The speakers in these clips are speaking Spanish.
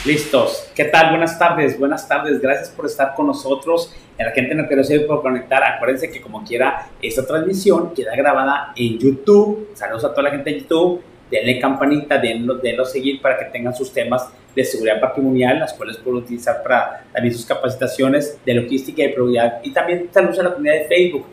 Listos. ¿Qué tal? Buenas tardes, buenas tardes. Gracias por estar con nosotros. A la gente no quiero ser por conectar. Acuérdense que como quiera, esta transmisión queda grabada en YouTube. Saludos a toda la gente de YouTube. Denle campanita, denlo seguir para que tengan sus temas de seguridad patrimonial, las cuales pueden utilizar para también sus capacitaciones de logística y de probidad. Y también saludos a la comunidad de Facebook.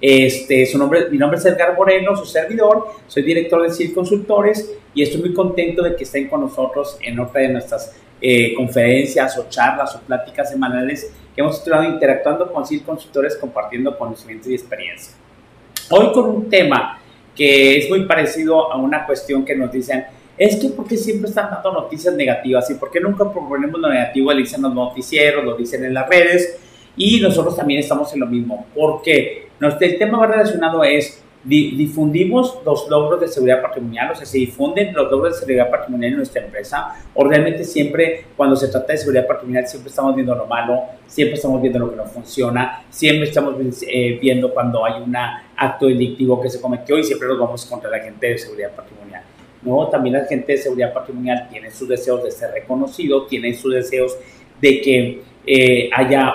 Mi nombre es Edgar Moreno, su servidor, soy director de CIL Consultores y estoy muy contento de que estén con nosotros en otra de nuestras conferencias o charlas o pláticas semanales que hemos estado interactuando con CIL Consultores, compartiendo conocimientos y experiencia. Hoy con un tema que es muy parecido a una cuestión que nos dicen, es que ¿por qué siempre están dando noticias negativas? ¿Y por qué nunca proponemos lo negativo? Lo dicen los noticieros, lo dicen en las redes y nosotros también estamos en lo mismo. ¿Por qué? El tema más relacionado es, difundimos los logros de seguridad patrimonial, o sea, se difunden los logros de seguridad patrimonial en nuestra empresa, o realmente siempre, cuando se trata de seguridad patrimonial, siempre estamos viendo lo malo, siempre estamos viendo lo que no funciona, siempre estamos viendo cuando hay un acto delictivo que se cometió y siempre nos vamos contra la gente de seguridad patrimonial. No, también la gente de seguridad patrimonial tiene sus deseos de ser reconocido, tiene sus deseos de que haya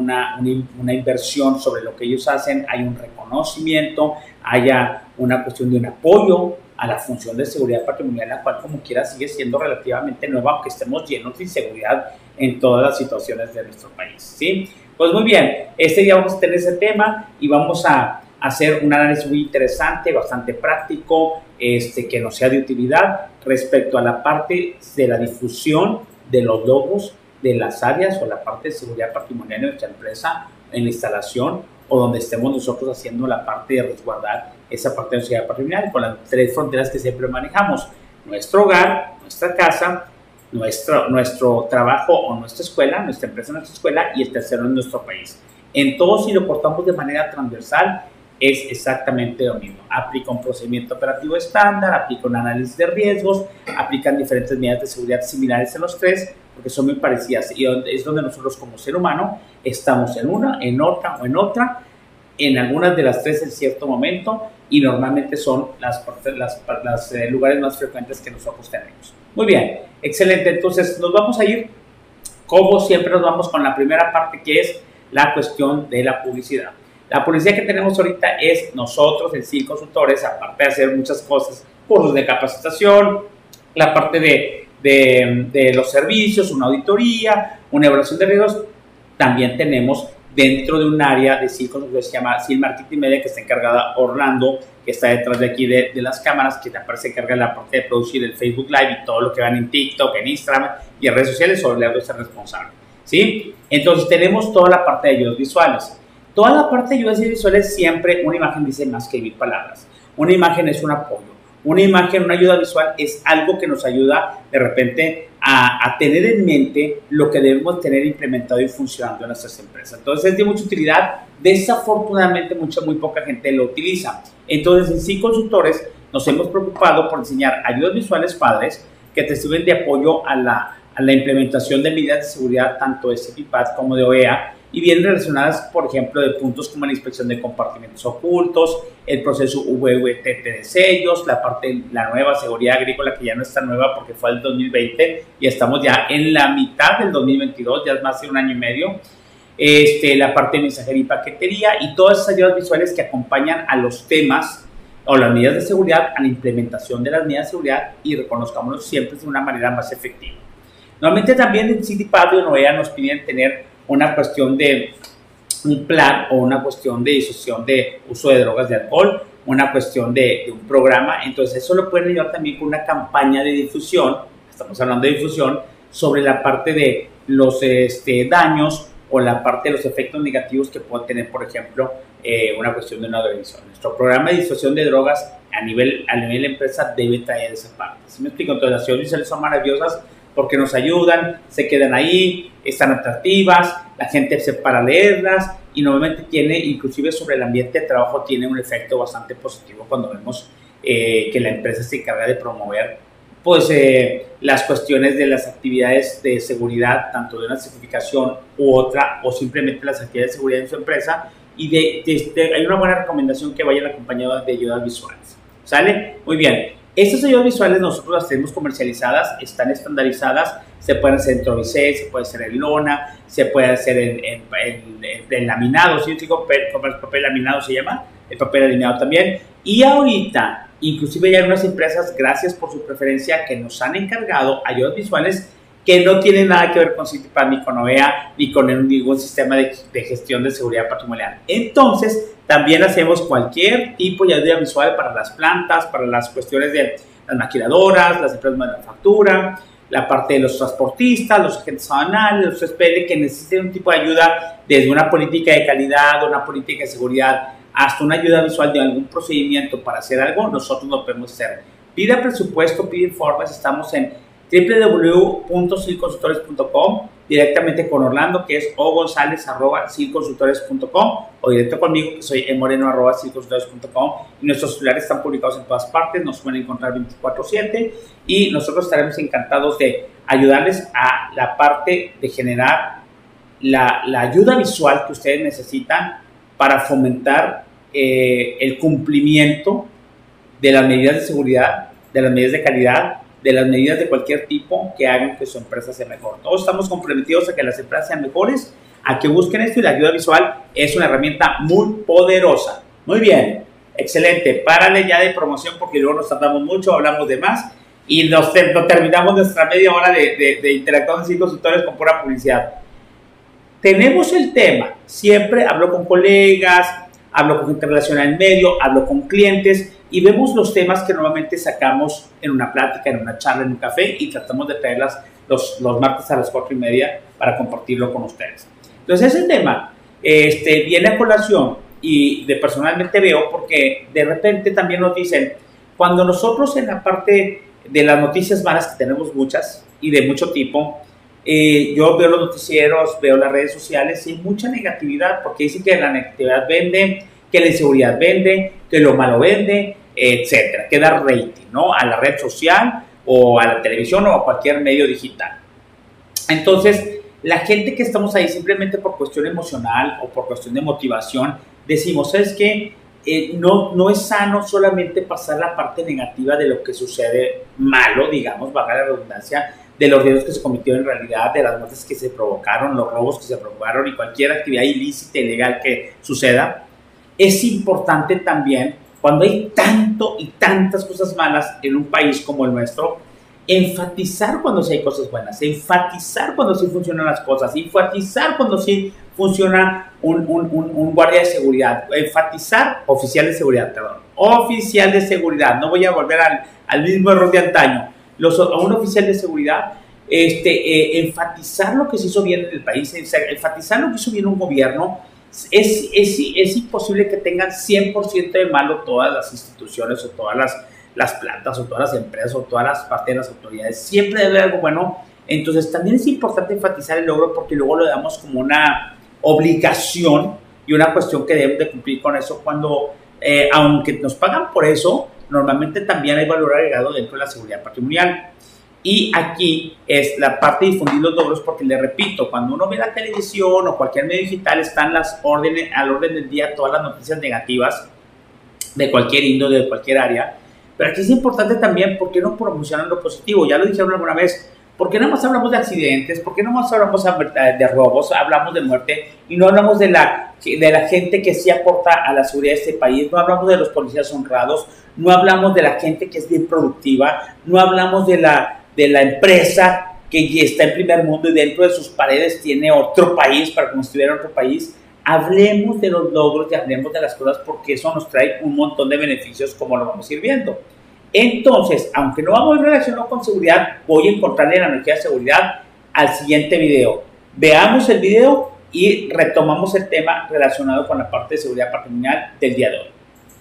una inversión sobre lo que ellos hacen, hay un reconocimiento, haya una cuestión de un apoyo a la función de seguridad patrimonial, la cual como quiera sigue siendo relativamente nueva, aunque estemos llenos de inseguridad en todas las situaciones de nuestro país, ¿sí? Pues muy bien, este día vamos a tener ese tema y vamos a hacer un análisis muy interesante, bastante práctico, que nos sea de utilidad respecto a la parte de la difusión de los logros de las áreas o la parte de seguridad patrimonial de nuestra empresa en la instalación o donde estemos nosotros haciendo la parte de resguardar esa parte de seguridad patrimonial con las tres fronteras que siempre manejamos: nuestro hogar, nuestra casa, nuestro trabajo o nuestra escuela, nuestra empresa, nuestra escuela, y el tercero en nuestro país. En todo, si lo cortamos de manera transversal, es exactamente lo mismo. Aplica un procedimiento operativo estándar, aplica un análisis de riesgos, aplican diferentes medidas de seguridad similares en los tres, porque son muy parecidas y es donde nosotros como ser humano estamos en una, en otra o en otra, en algunas de las tres en cierto momento, y normalmente son los lugares más frecuentes que nosotros tenemos. Muy bien, excelente. Entonces nos vamos a ir, como siempre, nos vamos con la primera parte, que es la cuestión de la publicidad. La publicidad que tenemos ahorita es nosotros en CIL Consultores, aparte de hacer muchas cosas, cursos de capacitación, la parte de los servicios, una auditoría, una evaluación de riesgos. También tenemos dentro de un área de CIL Consultores que se llama CIL Marketing Media, que está encargada Orlando, que está detrás de aquí de las cámaras, que también se encarga de la parte de producir el Facebook Live y todo lo que van en TikTok, en Instagram y en redes sociales. Sobre el ser responsable, ¿sí? Entonces tenemos toda la parte de ayudas visuales. Toda la parte de ayudas visuales, siempre una imagen dice más que 1000 palabras. Una imagen es un apoyo. Una imagen, una ayuda visual es algo que nos ayuda de repente a tener en mente lo que debemos tener implementado y funcionando en nuestras empresas. Entonces es de mucha utilidad. Desafortunadamente muy poca gente lo utiliza. Entonces en CIL Consultores nos hemos preocupado por diseñar ayudas visuales padres que te sirven de apoyo a la implementación de medidas de seguridad tanto de CPPAD como de OEA, y bien relacionadas, por ejemplo, de puntos como la inspección de compartimentos ocultos, el proceso VVTT de sellos, la nueva seguridad agrícola, que ya no está nueva porque fue el 2020 y estamos ya en la mitad del 2022, ya es más de un año y medio, la parte de mensajería y paquetería y todas esas ayudas visuales que acompañan a los temas o las medidas de seguridad, a la implementación de las medidas de seguridad, y reconozcámoslo siempre de una manera más efectiva. Normalmente también en CPPAD o en OEA nos piden tener una cuestión de un plan o una cuestión de disociación de uso de drogas, de alcohol, una cuestión de un programa. Entonces eso lo pueden ayudar también con una campaña de difusión, estamos hablando de difusión, sobre la parte de los daños o la parte de los efectos negativos que puede tener, por ejemplo, una cuestión de una drogadicción. Nuestro programa de disociación de drogas a nivel de empresa debe traer esa parte. ¿Sí me explico? Entonces las ayudas visuales son maravillosas porque nos ayudan, se quedan ahí, están atractivas, la gente se para leerlas y normalmente tiene, inclusive sobre el ambiente de trabajo, tiene un efecto bastante positivo cuando vemos que la empresa se encarga de promover pues las cuestiones de las actividades de seguridad, tanto de una certificación u otra, o simplemente las actividades de seguridad en su empresa, y hay una buena recomendación que vayan acompañadas de ayudas visuales. ¿Sale? Muy bien. Estas ayudas visuales nosotros las tenemos comercializadas, están estandarizadas, se pueden hacer en Trovicé, se puede hacer en lona, se puede hacer en laminado, ¿sí? Digo, como el papel laminado se llama, el papel alineado también. Y ahorita, inclusive ya hay unas empresas, gracias por su preferencia, que nos han encargado ayudas visuales que no tienen nada que ver con Citipad, ni con OEA, ni con ningún sistema de gestión de seguridad patrimonial. Entonces, también hacemos cualquier tipo de ayuda visual para las plantas, para las cuestiones de las maquiladoras, las empresas de manufactura, la parte de los transportistas, los agentes aduanales, los SPL, que necesiten un tipo de ayuda desde una política de calidad, una política de seguridad, hasta una ayuda visual de algún procedimiento para hacer algo, nosotros lo podemos hacer. Pida presupuesto, pide informes, estamos en www.silconsultores.com, directamente con Orlando, que es ogonzalez@silconsultores.com, o directo conmigo, que soy emoreno@silconsultores.com, y nuestros celulares están publicados en todas partes, nos pueden encontrar 24/7, y nosotros estaremos encantados de ayudarles a la parte de generar la ayuda visual que ustedes necesitan para fomentar el cumplimiento de las medidas de seguridad, de las medidas de calidad, de las medidas de cualquier tipo que hagan que su empresa sea mejor. Todos estamos comprometidos a que las empresas sean mejores, a que busquen esto, y la ayuda visual es una herramienta muy poderosa. Muy bien, excelente. Párale ya de promoción porque luego nos tardamos mucho, hablamos de más y nos terminamos nuestra media hora de interactuar sin consultores con pura publicidad. Tenemos el tema, siempre hablo con colegas, hablo con gente relacionada en medio, hablo con clientes y vemos los temas que normalmente sacamos en una plática, en una charla, en un café, y tratamos de traerlas los martes a las 4:30 para compartirlo con ustedes. Entonces ese tema viene a colación y personalmente veo porque de repente también nos dicen, cuando nosotros en la parte de las noticias malas, que tenemos muchas y de mucho tipo, yo veo los noticieros, veo las redes sociales y hay mucha negatividad porque dicen que la negatividad vende, que la inseguridad vende, que lo malo vende, etcétera, que da rating, ¿no? A la red social o a la televisión o a cualquier medio digital. Entonces, la gente que estamos ahí simplemente por cuestión emocional o por cuestión de motivación, decimos, ¿sabes qué? No es sano solamente pasar la parte negativa de lo que sucede malo, digamos, valga la redundancia, de los riesgos que se cometieron en realidad, de las muertes que se provocaron, los robos que se provocaron y cualquier actividad ilícita, ilegal que suceda. Es importante también, cuando hay tanto y tantas cosas malas en un país como el nuestro, enfatizar cuando sí hay cosas buenas, enfatizar cuando sí funcionan las cosas, enfatizar cuando sí funciona un guardia de seguridad, enfatizar, oficial de seguridad, no voy a volver al mismo error de antaño, a un oficial de seguridad, enfatizar lo que se hizo bien en el país, enfatizar lo que hizo bien un gobierno. Es imposible que tengan 100% de malo todas las instituciones o todas las plantas o todas las empresas o todas las partes de las autoridades. Siempre debe haber algo bueno. Entonces también es importante enfatizar el logro porque luego lo damos como una obligación y una cuestión que debemos de cumplir con eso cuando, aunque nos pagan por eso, normalmente también hay valor agregado dentro de la seguridad patrimonial. Y aquí es la parte de difundir los logros porque, le repito, cuando uno ve la televisión o cualquier medio digital están al orden del día todas las noticias negativas de cualquier índole, de cualquier área. Pero aquí es importante también, ¿por qué no promocionan lo positivo? Ya lo dijeron alguna vez, ¿por qué nada más hablamos de accidentes? ¿Por qué nada más hablamos de robos? Hablamos de muerte y no hablamos de la gente que sí aporta a la seguridad de este país, no hablamos de los policías honrados, no hablamos de la gente que es bien productiva, no hablamos de la empresa que está en primer mundo y dentro de sus paredes tiene otro país para como si estuviera en otro país. Hablemos de los logros y hablemos de las cosas porque eso nos trae un montón de beneficios como lo vamos a ir viendo. Entonces, aunque no vamos a relacionar con seguridad, voy a encontrarle la energía de seguridad al siguiente video. Veamos el video y retomamos el tema relacionado con la parte de seguridad patrimonial del día de hoy.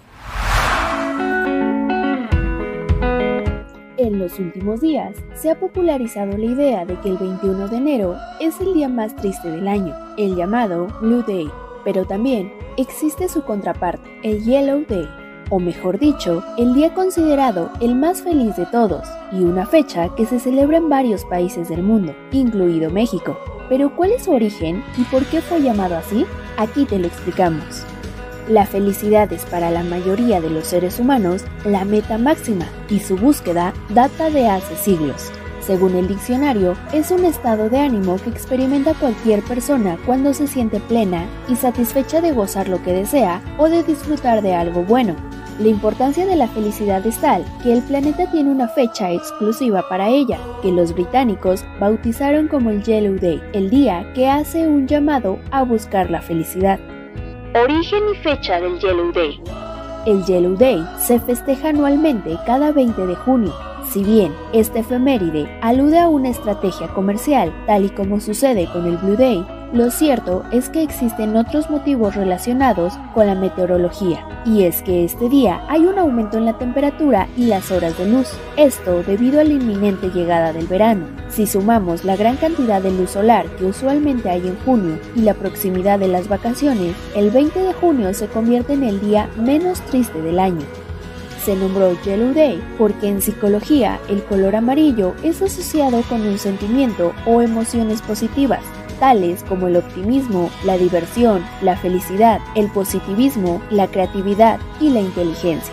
En los últimos días, se ha popularizado la idea de que el 21 de enero es el día más triste del año, el llamado Blue Day, pero también existe su contraparte, el Yellow Day, o mejor dicho, el día considerado el más feliz de todos, y una fecha que se celebra en varios países del mundo, incluido México. Pero ¿cuál es su origen y por qué fue llamado así? Aquí te lo explicamos. La felicidad es para la mayoría de los seres humanos la meta máxima y su búsqueda data de hace siglos. Según el diccionario, es un estado de ánimo que experimenta cualquier persona cuando se siente plena y satisfecha de gozar lo que desea o de disfrutar de algo bueno. La importancia de la felicidad es tal que el planeta tiene una fecha exclusiva para ella, que los británicos bautizaron como el Yellow Day, el día que hace un llamado a buscar la felicidad. Origen y fecha del Yellow Day. El Yellow Day se festeja anualmente cada 20 de junio. Si bien este efeméride alude a una estrategia comercial, tal y como sucede con el Blue Day, lo cierto es que existen otros motivos relacionados con la meteorología, y es que este día hay un aumento en la temperatura y las horas de luz, esto debido a la inminente llegada del verano. Si sumamos la gran cantidad de luz solar que usualmente hay en junio y la proximidad de las vacaciones, el 20 de junio se convierte en el día menos triste del año. Se nombró Yellow Day porque en psicología el color amarillo es asociado con un sentimiento o emociones positivas, tales como el optimismo, la diversión, la felicidad, el positivismo, la creatividad y la inteligencia.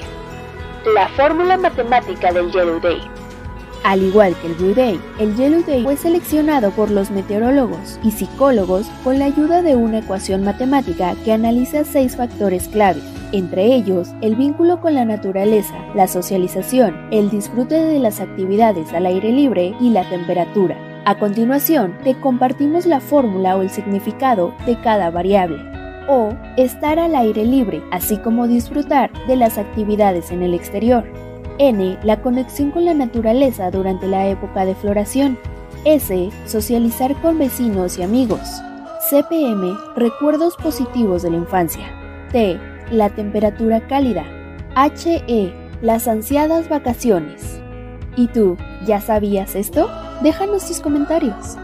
La fórmula matemática del Yellow Day. Al igual que el Blue Day, el Yellow Day fue seleccionado por los meteorólogos y psicólogos con la ayuda de una ecuación matemática que analiza 6 factores clave, entre ellos el vínculo con la naturaleza, la socialización, el disfrute de las actividades al aire libre y la temperatura. A continuación, te compartimos la fórmula o el significado de cada variable. O, estar al aire libre, así como disfrutar de las actividades en el exterior. N, la conexión con la naturaleza durante la época de floración. S, socializar con vecinos y amigos. CPM, recuerdos positivos de la infancia. T, la temperatura cálida. HE, las ansiadas vacaciones. ¿Y tú, ya sabías esto? Déjanos tus comentarios.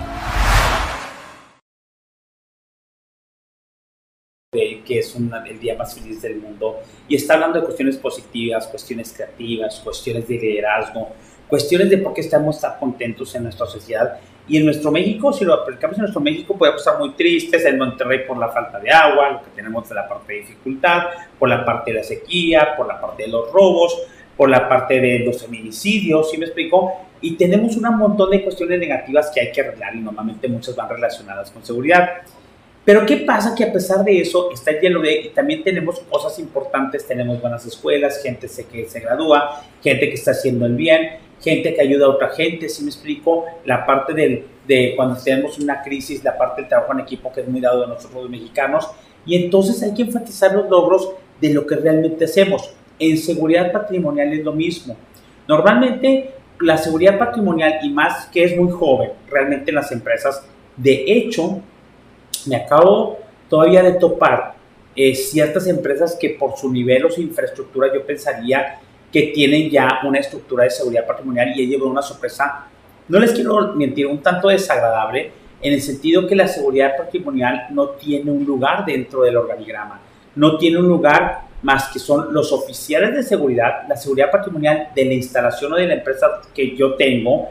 Que es el día más feliz del mundo, y está hablando de cuestiones positivas, cuestiones creativas, cuestiones de liderazgo, cuestiones de por qué estamos tan contentos en nuestra sociedad. Y en nuestro México, si lo aplicamos en nuestro México, podemos estar muy tristes en Monterrey por la falta de agua, lo que tenemos de la parte de dificultad, por la parte de la sequía, por la parte de los robos, por la parte de los feminicidios, ¿sí me explico? Y tenemos un montón de cuestiones negativas que hay que arreglar, y normalmente muchas van relacionadas con seguridad. Pero ¿qué pasa? Que a pesar de eso está el Yellow Day y también tenemos cosas importantes, tenemos buenas escuelas, gente que se gradúa, gente que está haciendo el bien, gente que ayuda a otra gente, ¿sí me explico? La parte de cuando tenemos una crisis, la parte del trabajo en equipo que es muy dado de nosotros los mexicanos, y entonces hay que enfatizar los logros de lo que realmente hacemos. En seguridad patrimonial es lo mismo. Normalmente la seguridad patrimonial, y más que es muy joven realmente en las empresas, de hecho, me acabo todavía de topar ciertas empresas que por su nivel o su infraestructura yo pensaría que tienen ya una estructura de seguridad patrimonial, y he llevado una sorpresa, no les quiero mentir, un tanto desagradable, en el sentido que la seguridad patrimonial no tiene un lugar dentro del organigrama, no tiene un lugar más que son los oficiales de seguridad. La seguridad patrimonial de la instalación o de la empresa que yo tengo,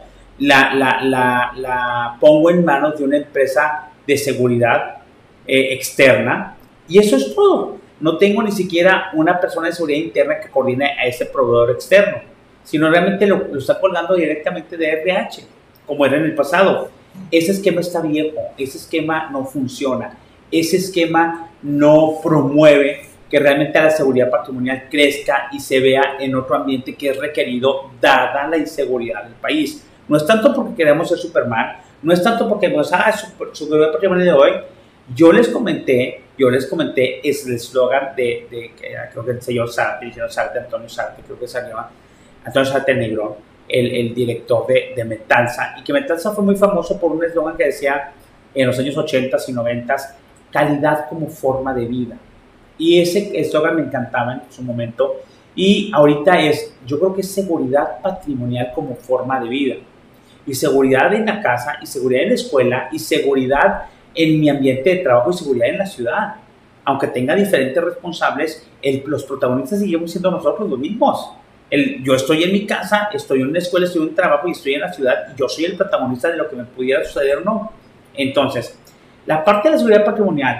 la pongo en manos de una empresa de seguridad externa, y eso es todo. No tengo ni siquiera una persona de seguridad interna que coordine a ese proveedor externo, sino realmente lo está colgando directamente de RH, como era en el pasado. Ese esquema está viejo, ese esquema no funciona, ese esquema no promueve que realmente la seguridad patrimonial crezca y se vea en otro ambiente que es requerido dada la inseguridad del país. No es tanto porque queremos ser Superman, no es tanto porque seguridad patrimonial de hoy. Yo les comenté, es el eslogan de creo que el señor Sarte, Antonio Sarte, creo que salió Antonio Sarte Negrón, el director de Metalsa, y que Metalsa fue muy famoso por un eslogan que decía en los años 80 y 90, calidad como forma de vida. Y ese eslogan me encantaba en su momento, y ahorita yo creo que es seguridad patrimonial como forma de vida, y seguridad en la casa, y seguridad en la escuela, y seguridad en mi ambiente de trabajo, y seguridad en la ciudad. Aunque tenga diferentes responsables, los protagonistas seguimos siendo nosotros los mismos. Yo estoy en mi casa, estoy en una escuela, estoy en un trabajo y estoy en la ciudad, y yo soy el protagonista de lo que me pudiera suceder o no. Entonces, la parte de la seguridad patrimonial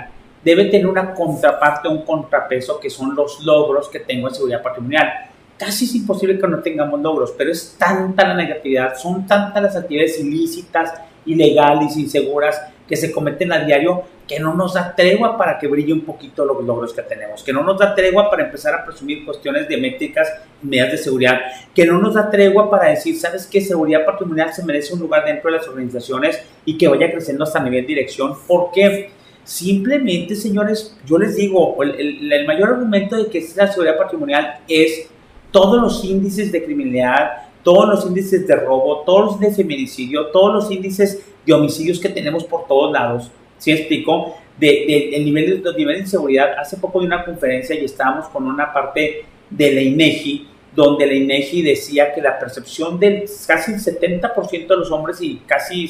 debe tener una contraparte, un contrapeso, que son los logros que tengo en seguridad patrimonial. Casi es imposible que no tengamos logros, pero es tanta la negatividad, son tantas las actividades ilícitas, ilegales, inseguras, que se cometen a diario, que no nos da tregua para que brille un poquito los logros que tenemos, que no nos da tregua para empezar a presumir cuestiones de métricas y medidas de seguridad, que no nos da tregua para decir, ¿sabes qué? Seguridad patrimonial se merece un lugar dentro de las organizaciones y que vaya creciendo hasta nivel de dirección. ¿Por qué? Simplemente, señores, yo les digo, el mayor argumento de que es la seguridad patrimonial es todos los índices de criminalidad, todos los índices de robo, todos los índices de feminicidio, todos los índices de homicidios que tenemos por todos lados. ¿Sí explico? Los niveles de inseguridad. Hace poco di una conferencia y estábamos con una parte de la INEGI, donde la INEGI decía que la percepción del casi el 70% de los hombres y casi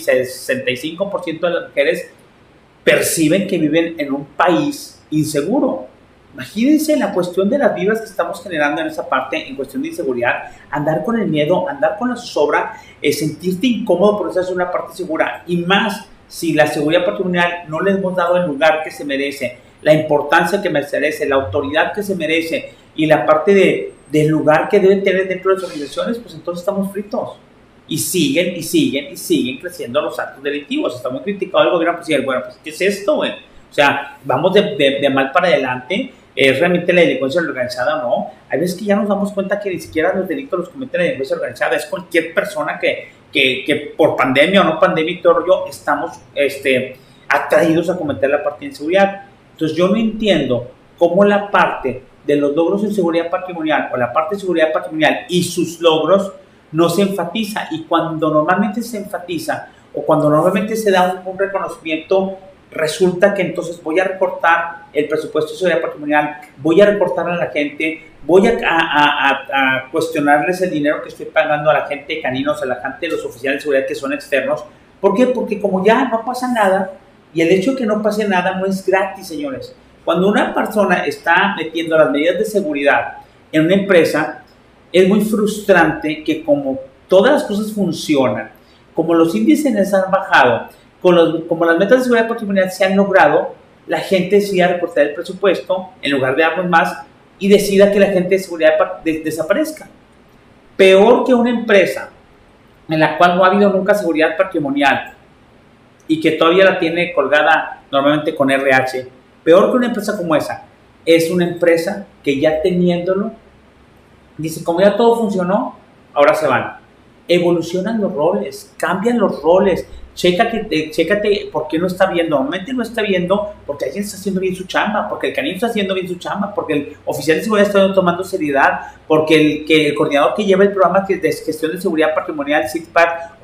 65% de las mujeres perciben que viven en un país inseguro. Imagínense la cuestión de las vibras que estamos generando en esa parte, en cuestión de inseguridad, andar con el miedo, andar con la zozobra, sentirte incómodo por eso es una parte segura. Y más, si la seguridad patrimonial no le hemos dado el lugar que se merece, la importancia que merece, la autoridad que se merece y la parte del lugar que deben tener dentro de las organizaciones, pues entonces estamos fritos. Y siguen creciendo los actos delictivos. Está muy criticado el gobierno, pues, bueno, pues, ¿qué es esto, güey? O sea, vamos de mal para adelante. ¿Es realmente la delincuencia organizada o no? Hay veces que ya nos damos cuenta que ni siquiera los delitos los comete la delincuencia organizada, es cualquier persona que por pandemia o no pandemia y todo rollo, estamos atraídos a cometer la parte de inseguridad. Entonces yo no entiendo cómo la parte de los logros en seguridad patrimonial o la parte de seguridad patrimonial y sus logros no se enfatiza, y cuando normalmente se enfatiza o cuando normalmente se da un reconocimiento, resulta que entonces voy a recortar el presupuesto de seguridad patrimonial, voy a recortar a la gente, voy a cuestionarles el dinero que estoy pagando a la gente de caninos, a la gente de los oficiales de seguridad que son externos. ¿Por qué? Porque como ya no pasa nada, y el hecho de que no pase nada no es gratis, señores. Cuando una persona está metiendo las medidas de seguridad en una empresa, es muy frustrante que como todas las cosas funcionan, como los índices han bajado, como las metas de seguridad patrimonial se han logrado, la gente decida recortar el presupuesto en lugar de darnos más y decida que la gente de seguridad desaparezca. Peor que una empresa en la cual no ha habido nunca seguridad patrimonial y que todavía la tiene colgada normalmente con RH, peor que una empresa como esa, es una empresa que ya teniéndolo, dice, como ya todo funcionó, ahora se van. Evolucionan los roles, cambian los roles. Chécate por qué no está viendo. Normalmente no está viendo porque alguien está haciendo bien su chamba, porque el canino está haciendo bien su chamba, porque el oficial de seguridad está tomando seriedad, porque el coordinador que lleva el programa de gestión de seguridad patrimonial, CITPAT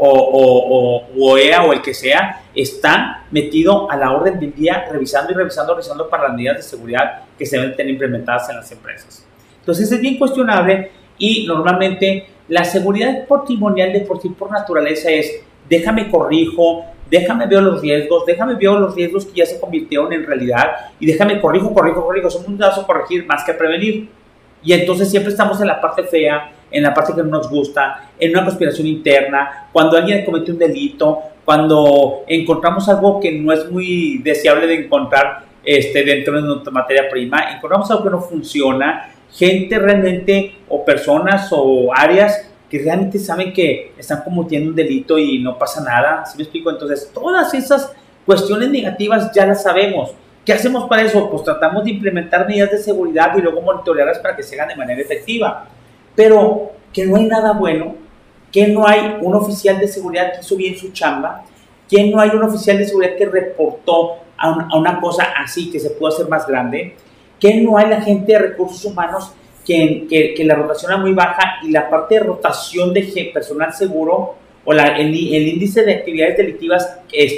o OEA o el que sea, está metido a la orden del día, revisando para las medidas de seguridad que se deben tener implementadas en las empresas. Entonces es bien cuestionable, y normalmente la seguridad patrimonial de por sí por naturaleza es déjame corrijo, déjame veo los riesgos que ya se convirtieron en realidad y déjame corrijo, somos un caso corregir más que prevenir. Y entonces siempre estamos en la parte fea, en la parte que no nos gusta, en una conspiración interna, cuando alguien comete un delito, cuando encontramos algo que no es muy deseable de encontrar dentro de nuestra materia prima, encontramos algo que no funciona, gente realmente o personas o áreas que realmente saben que están cometiendo un delito y no pasa nada. ¿Sí me explico? Entonces, todas esas cuestiones negativas ya las sabemos. ¿Qué hacemos para eso? Pues tratamos de implementar medidas de seguridad y luego monitorearlas para que se hagan de manera efectiva. Pero que no hay nada bueno, que no hay un oficial de seguridad que hizo bien su chamba, que no hay un oficial de seguridad que reportó a una cosa así que se pudo hacer más grande, que no hay la gente de recursos humanos que la rotación es muy baja, y la parte de rotación de personal seguro o el índice de actividades delictivas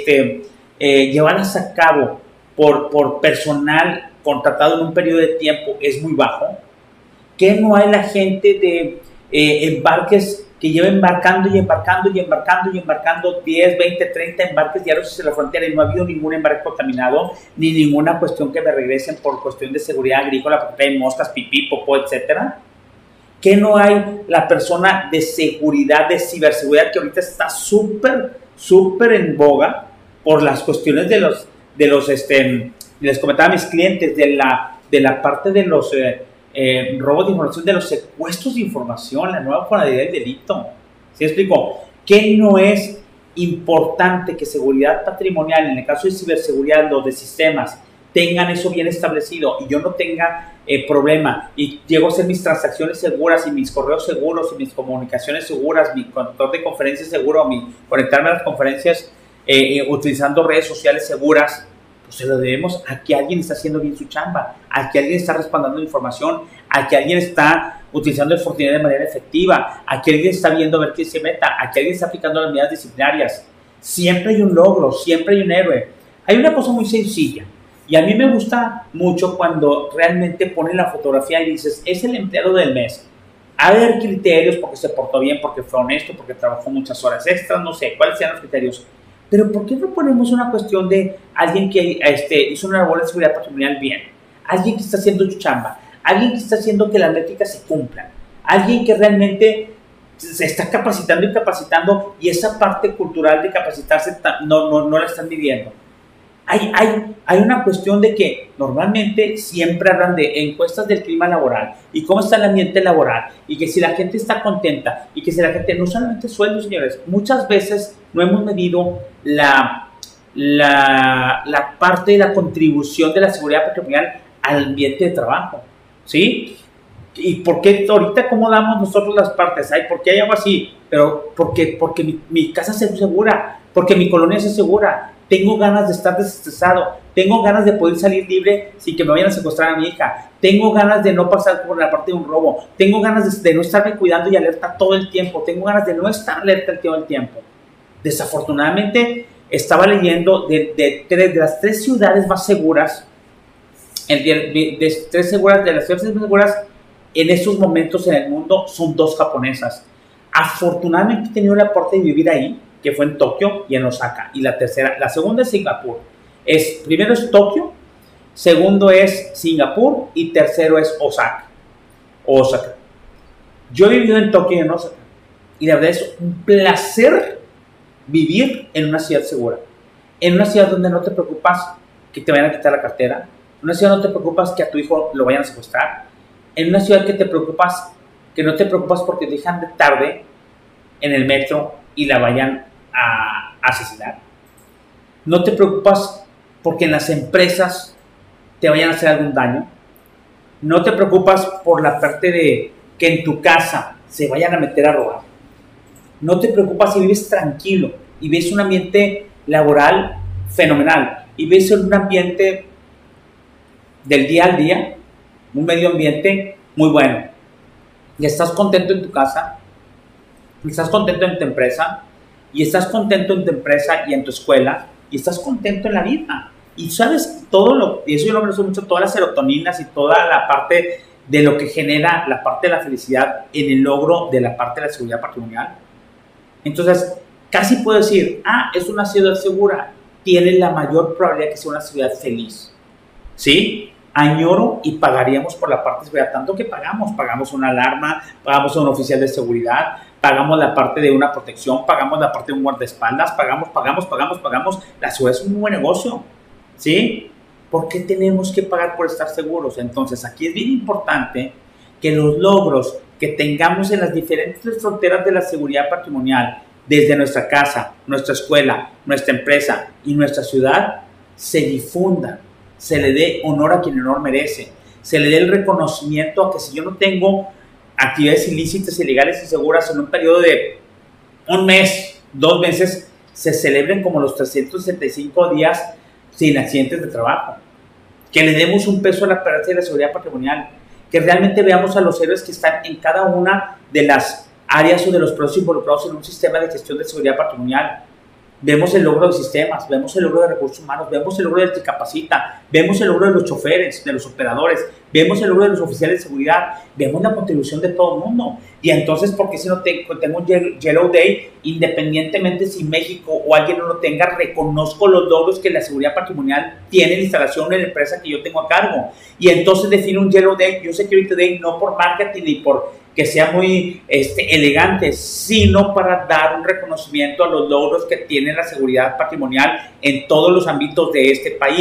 llevadas a cabo por personal contratado en un periodo de tiempo es muy bajo, que no hay la gente de embarques que lleva embarcando 10, 20, 30 embarques diarios hacia la frontera y no ha habido ningún embarque contaminado, ni ninguna cuestión que me regresen por cuestión de seguridad agrícola, porque hay moscas, pipí, popó, etcétera. Que no hay la persona de seguridad, de ciberseguridad, que ahorita está súper en boga por las cuestiones de y les comentaba a mis clientes de la parte de los robos de información, de los secuestros de información, la nueva modalidad del delito. ¿Sí explico? ¿Qué no es importante que seguridad patrimonial, en el caso de ciberseguridad, los de sistemas, tengan eso bien establecido y yo no tenga problema y llego a hacer mis transacciones seguras y mis correos seguros y mis comunicaciones seguras, mi conector de conferencias seguro, conectarme a las conferencias utilizando redes sociales seguras? Pues se lo debemos a que alguien está haciendo bien su chamba, a que alguien está respaldando la información, a que alguien está utilizando el Fortinet de manera efectiva, a que alguien está viendo a ver quién se meta, a que alguien está aplicando las medidas disciplinarias. Siempre hay un logro, siempre hay un héroe. Hay una cosa muy sencilla y a mí me gusta mucho cuando realmente ponen la fotografía y dices, es el empleado del mes. Ha de haber criterios porque se portó bien, porque fue honesto, porque trabajó muchas horas extras, no sé cuáles sean los criterios. Pero ¿por qué no ponemos una cuestión de alguien que hizo una labor de seguridad patrimonial bien? Alguien que está haciendo su chamba, alguien que está haciendo que las métricas se cumplan, alguien que realmente se está capacitando y capacitando y esa parte cultural de capacitarse no la están viviendo. Hay una cuestión de que normalmente siempre hablan de encuestas del clima laboral y cómo está el ambiente laboral y que si la gente está contenta y que si la gente, no solamente sueldos, señores, muchas veces no hemos medido la parte de la contribución de la seguridad patrimonial al ambiente de trabajo, ¿sí? ¿Y por qué ahorita cómo damos nosotros las partes? Ay, ¿por qué hay algo así? Pero porque mi casa se segura, porque mi colonia se segura. Tengo ganas de estar desestresado, tengo ganas de poder salir libre sin que me vayan a secuestrar a mi hija, tengo ganas de no pasar por la parte de un robo, tengo ganas de no estarme cuidando y alerta todo el tiempo, tengo ganas de no estar alerta todo el tiempo. Desafortunadamente, estaba leyendo de las 3 ciudades más seguras, de las ciudades más seguras en estos momentos en el mundo son 2 japonesas. Afortunadamente he tenido la oportunidad de vivir ahí, que fue en Tokio y en Osaka. Y la segunda es Singapur. Primero es Tokio, segundo es Singapur y tercero es Osaka. Yo he vivido en Tokio y en Osaka. Y la verdad es un placer vivir en una ciudad segura. En una ciudad donde no te preocupas que te vayan a quitar la cartera. En una ciudad donde no te preocupas que a tu hijo lo vayan a secuestrar. En una ciudad que no te preocupas porque te dejan de tarde en el metro y la vayan a asesinar. No te preocupas porque en las empresas te vayan a hacer algún daño. No te preocupas por la parte de que en tu casa se vayan a meter a robar. No te preocupas si vives tranquilo y ves un ambiente laboral fenomenal y ves un ambiente del día al día, un medio ambiente muy bueno. Y estás contento en tu casa, estás contento en tu empresa, y estás contento en tu empresa y en tu escuela, y estás contento en la vida. Y sabes y eso yo lo aprecio mucho, todas las serotoninas y toda la parte de lo que genera la parte de la felicidad en el logro de la parte de la seguridad patrimonial. Entonces, casi puedo decir, es una ciudad segura, tiene la mayor probabilidad que sea una ciudad feliz. ¿Sí? Añoro y pagaríamos por la parte de seguridad, tanto que pagamos una alarma, pagamos a un oficial de seguridad, pagamos la parte de una protección, pagamos la parte de un guardaespaldas, pagamos. La seguridad es un muy buen negocio, ¿sí? ¿Por qué tenemos que pagar por estar seguros? Entonces, aquí es bien importante que los logros que tengamos en las diferentes fronteras de la seguridad patrimonial, desde nuestra casa, nuestra escuela, nuestra empresa y nuestra ciudad, se difundan, se le dé honor a quien honor merece, se le dé el reconocimiento a que si yo no tengo actividades ilícitas, ilegales y seguras en un periodo de un mes, 2 meses, se celebren como los 365 días sin accidentes de trabajo. Que le demos un peso a la parte de la seguridad patrimonial, que realmente veamos a los héroes que están en cada una de las áreas o de los procesos involucrados en un sistema de gestión de seguridad patrimonial. Vemos el logro de sistemas, vemos el logro de recursos humanos, vemos el logro del que capacita, vemos el logro de los choferes, de los operadores, vemos el logro de los oficiales de seguridad, vemos la contribución de todo el mundo. Y entonces, ¿por qué si no tengo un Yellow Day, independientemente si México o alguien no lo tenga, reconozco los logros que la seguridad patrimonial tiene en la instalación en la empresa que yo tengo a cargo? Y entonces defino un Yellow Day, yo Security Day, no por marketing ni por que sea muy elegante, sino para dar un reconocimiento a los logros que tiene la seguridad patrimonial en todos los ámbitos de este país,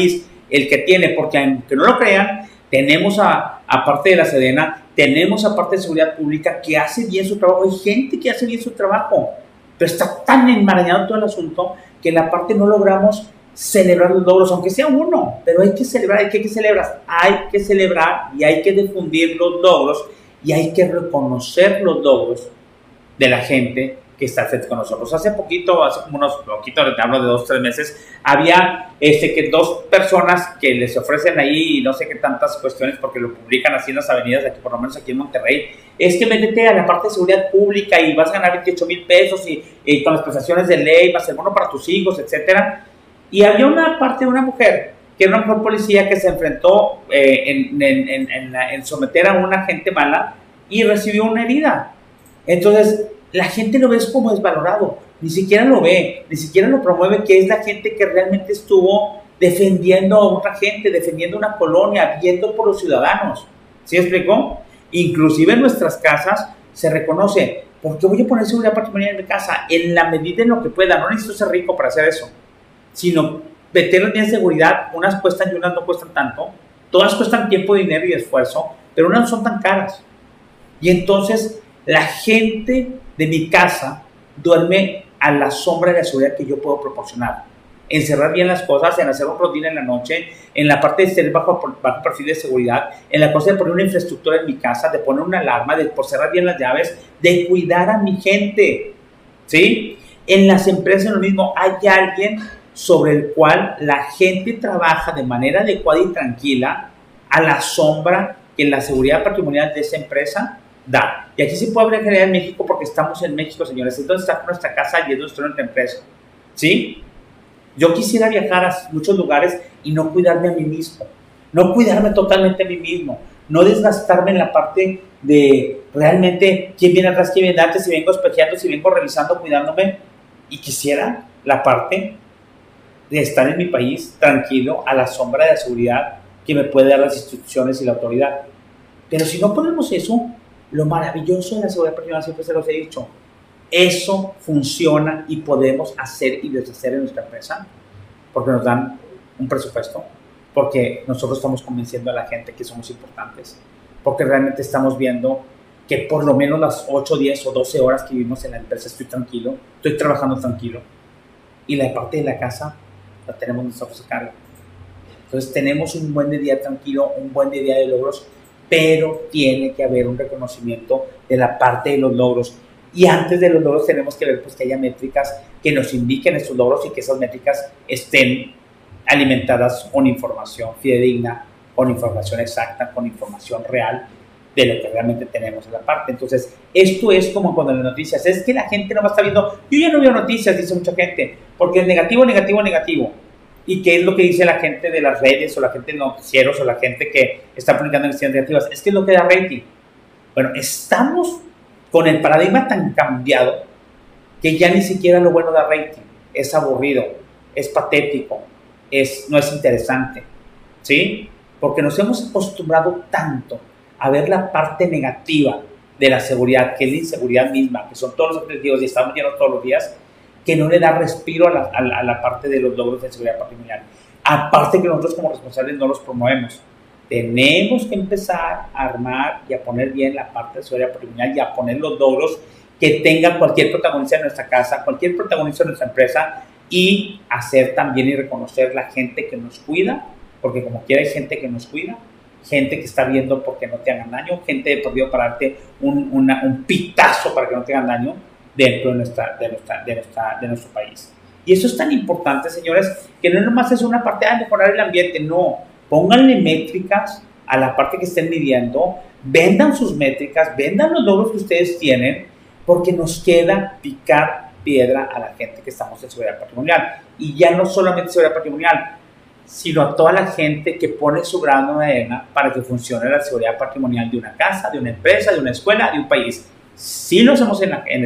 el que tiene, porque aunque no lo crean, tenemos aparte de la Sedena, tenemos aparte de seguridad pública que hace bien su trabajo, hay gente que hace bien su trabajo, pero está tan enmarañado todo el asunto que en la parte no logramos celebrar los logros, aunque sea uno, pero hay que celebrar, hay que celebrar y hay que difundir los logros y hay que reconocer los logros de la gente que está frente con nosotros. Hace como unos poquitos, te hablo de 2 o 3 meses, había que 2 personas que les ofrecen ahí no sé qué tantas cuestiones porque lo publican así en las avenidas, aquí, por lo menos aquí en Monterrey, es que métete a la parte de seguridad pública y vas a ganar 28,000 pesos y con las prestaciones de ley, más el bono para tus hijos, etcétera. Y había una parte de una mujer que era una mujer policía que se enfrentó en someter a una gente mala y recibió una herida. Entonces, la gente lo ve como desvalorado, ni siquiera lo ve, ni siquiera lo promueve, que es la gente que realmente estuvo defendiendo a otra gente, defendiendo una colonia, viendo por los ciudadanos. ¿Sí me explicó? Inclusive en nuestras casas se reconoce, ¿por qué voy a poner seguridad patrimonial en mi casa? En la medida en lo que pueda, no necesito ser rico para hacer eso, sino meterlas bien en seguridad, unas cuestan y unas no cuestan tanto, todas cuestan tiempo, dinero y esfuerzo, pero unas no son tan caras. Y entonces la gente de mi casa duerme a la sombra de la seguridad que yo puedo proporcionar. En cerrar bien las cosas, en hacer un rutina en la noche, en la parte de ser bajo perfil de seguridad, en la cosa de poner una infraestructura en mi casa, de poner una alarma, de cerrar bien las llaves, de cuidar a mi gente, ¿sí? En las empresas lo mismo, hay alguien sobre el cual la gente trabaja de manera adecuada y tranquila a la sombra que la seguridad patrimonial de esa empresa da. Y aquí se puede hablar en general en México porque estamos en México, señores. Es donde está nuestra casa y es donde está nuestra empresa. ¿Sí? Yo quisiera viajar a muchos lugares y no cuidarme a mí mismo. No cuidarme totalmente a mí mismo. No desgastarme en la parte de realmente quién viene atrás, quién viene antes, si vengo espejeando, si vengo revisando, cuidándome. Y quisiera la parte de estar en mi país tranquilo a la sombra de la seguridad que me puede dar las instituciones y la autoridad. Pero si no ponemos eso, lo maravilloso de la seguridad patrimonial, siempre se los he dicho, eso funciona y podemos hacer y deshacer en nuestra empresa porque nos dan un presupuesto, porque nosotros estamos convenciendo a la gente que somos importantes, porque realmente estamos viendo que por lo menos las 8, 10 o 12 horas que vivimos en la empresa estoy tranquilo, estoy trabajando tranquilo y la parte de la casa la tenemos nosotros a cargo. Entonces tenemos un buen día tranquilo, un buen día de logros, pero tiene que haber un reconocimiento de la parte de los logros. Y antes de los logros tenemos que ver pues, que haya métricas que nos indiquen estos logros y que esas métricas estén alimentadas con información fidedigna, con información exacta, con información real de lo que realmente tenemos en la parte. Entonces, esto es como cuando las noticias, es que la gente no va a estar viendo, yo ya no veo noticias, dice mucha gente, porque es negativo, negativo, negativo. ¿Y qué es lo que dice la gente de las redes o la gente de noticieros o la gente que está publicando noticias negativas? Es que es lo que da rating. Bueno, estamos con el paradigma tan cambiado que ya ni siquiera lo bueno da rating. Es aburrido, es patético, no es interesante, ¿sí? Porque nos hemos acostumbrado tanto a ver la parte negativa de la seguridad, que es la inseguridad misma, que son todos los objetivos y estamos llenos todos los días, que no le da respiro a la parte de los logros de seguridad patrimonial. Aparte que nosotros como responsables no los promovemos. Tenemos que empezar a armar y a poner bien la parte de seguridad patrimonial y a poner los logros que tenga cualquier protagonista en nuestra casa, cualquier protagonista en nuestra empresa y hacer también y reconocer la gente que nos cuida, porque como quiera hay gente que nos cuida, gente que está viendo porque no te hagan daño, gente que podría pararte un pitazo para que no te hagan daño dentro de nuestro país. Y eso es tan importante, señores, que no nomás es una parte de mejorar el ambiente, no. Pónganle métricas a la parte que estén midiendo, vendan sus métricas, vendan los logros que ustedes tienen, porque nos queda picar piedra a la gente que estamos en seguridad patrimonial. Y ya no solamente seguridad patrimonial, sino a toda la gente que pone su grano de arena para que funcione la seguridad patrimonial de una casa, de una empresa, de una escuela, de un país. Si lo hacemos en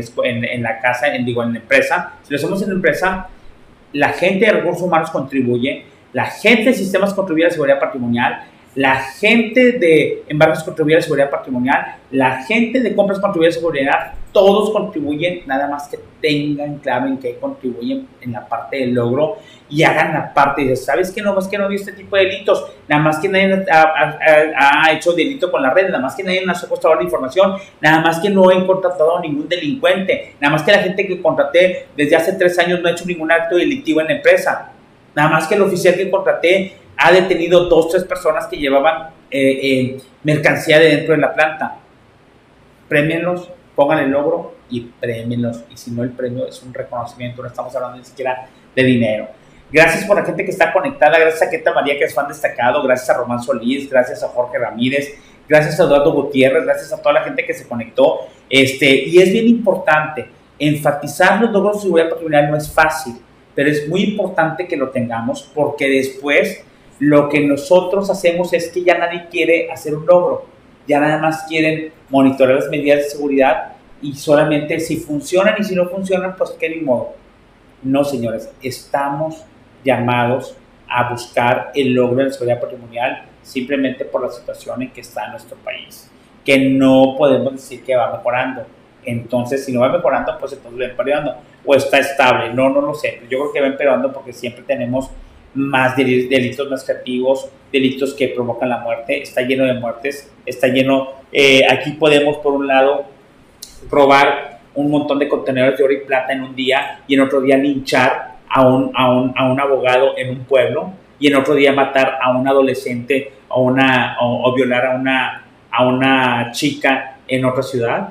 la casa, en la empresa, si lo hacemos en la empresa, la gente de recursos humanos contribuye, la gente de sistemas contribuye a la seguridad patrimonial, la gente de embargos contribuye a la seguridad patrimonial, la gente de compras contribuye a la seguridad, todos contribuyen, nada más que tengan claro en qué contribuyen en la parte del logro y hagan la parte. Y dices, ¿sabes qué? No más que no vi este tipo de delitos, nada más que nadie ha hecho delito con la red, nada más que nadie ha secuestrado la información, nada más que no he contratado a ningún delincuente, nada más que la gente que contraté desde hace 3 años no ha hecho ningún acto delictivo en la empresa, nada más que el oficial que contraté ha detenido 2 o 3 personas que llevaban mercancía de dentro de la planta. Prémienlos, pongan el logro y prémienlos. Y si no, el premio es un reconocimiento, no estamos hablando ni siquiera de dinero. Gracias por la gente que está conectada, gracias a Queta María, que es fan destacado, gracias a Román Solís, gracias a Jorge Ramírez, gracias a Eduardo Gutiérrez, gracias a toda la gente que se conectó. Y es bien importante enfatizar los logros de seguridad patrimonial. No es fácil, pero es muy importante que lo tengamos, porque después lo que nosotros hacemos es que ya nadie quiere hacer un logro, ya nada más quieren monitorear las medidas de seguridad y solamente si funcionan, y si no funcionan, pues qué ni modo. No, señores, estamos llamados a buscar el logro de la seguridad patrimonial simplemente por la situación en que está nuestro país, que no podemos decir que va mejorando. Entonces, si no va mejorando, pues entonces va empeorando, o está estable. No lo sé, yo creo que va empeorando porque siempre tenemos más delitos administrativos, delitos que provocan la muerte. Está lleno de muertes, está lleno, aquí podemos por un lado robar un montón de contenedores de oro y plata en un día, y en otro día linchar a un abogado en un pueblo, y en otro día matar a un adolescente o violar a una chica en otra ciudad.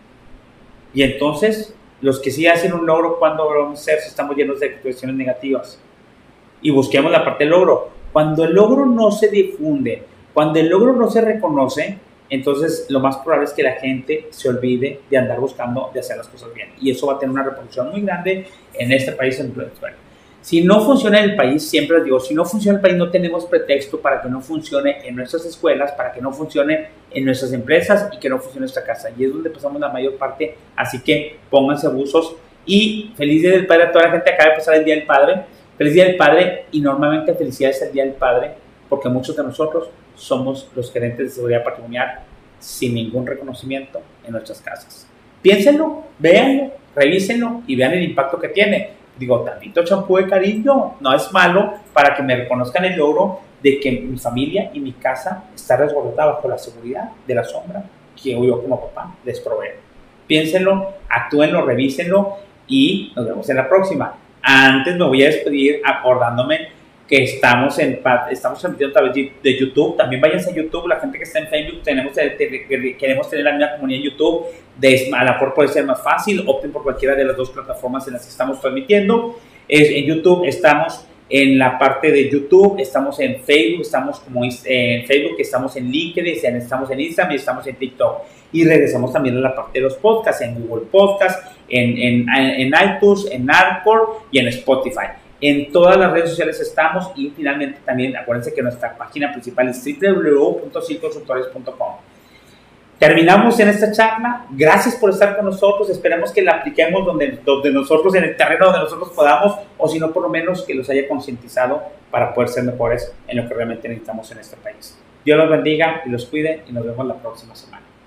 Y entonces, los que sí hacen un logro, ¿cuándo vamos a hacer si estamos llenos de cuestiones negativas? Y busquemos la parte del logro. Cuando el logro no se difunde, cuando el logro no se reconoce, entonces lo más probable es que la gente se olvide de andar buscando de hacer las cosas bien. Y eso va a tener una repercusión muy grande en este país. Si no funciona en el país, siempre les digo, si no funciona el país, no tenemos pretexto para que no funcione en nuestras escuelas, para que no funcione en nuestras empresas y que no funcione en nuestra casa. Y es donde pasamos la mayor parte. Así que pónganse abusos. Y feliz Día del Padre a toda la gente. Acaba de pasar el Día del Padre. Feliz Día del Padre, y normalmente felicidades al Día del Padre, porque muchos de nosotros somos los gerentes de seguridad patrimonial sin ningún reconocimiento en nuestras casas. Piénsenlo, véanlo, revísenlo y vean el impacto que tiene. Digo, tantito champú de cariño no es malo para que me reconozcan el logro de que mi familia y mi casa está resguardada bajo la seguridad de la sombra que yo como papá les proveo. Piénsenlo, actúenlo, revísenlo y nos vemos en la próxima. Antes me voy a despedir acordándome que estamos transmitiendo a través de YouTube. También váyanse a YouTube, la gente que está en Facebook, queremos tener la misma comunidad en YouTube. A lo mejor puede ser más fácil, opten por cualquiera de las 2 plataformas en las que estamos transmitiendo. En YouTube estamos en la parte de YouTube, estamos en Facebook, estamos en LinkedIn, estamos en Instagram y estamos en TikTok. Y regresamos también a la parte de los podcasts, en Google Podcasts, en iTunes, en Anchor y en Spotify. En todas las redes sociales estamos, y finalmente también acuérdense que nuestra página principal es www.circonsultores.com. Terminamos en esta charla. Gracias por estar con nosotros. Esperemos que la apliquemos donde nosotros, en el terreno donde nosotros podamos, o si no, por lo menos que los haya concientizado para poder ser mejores en lo que realmente necesitamos en este país. Dios los bendiga y los cuide, y nos vemos la próxima semana.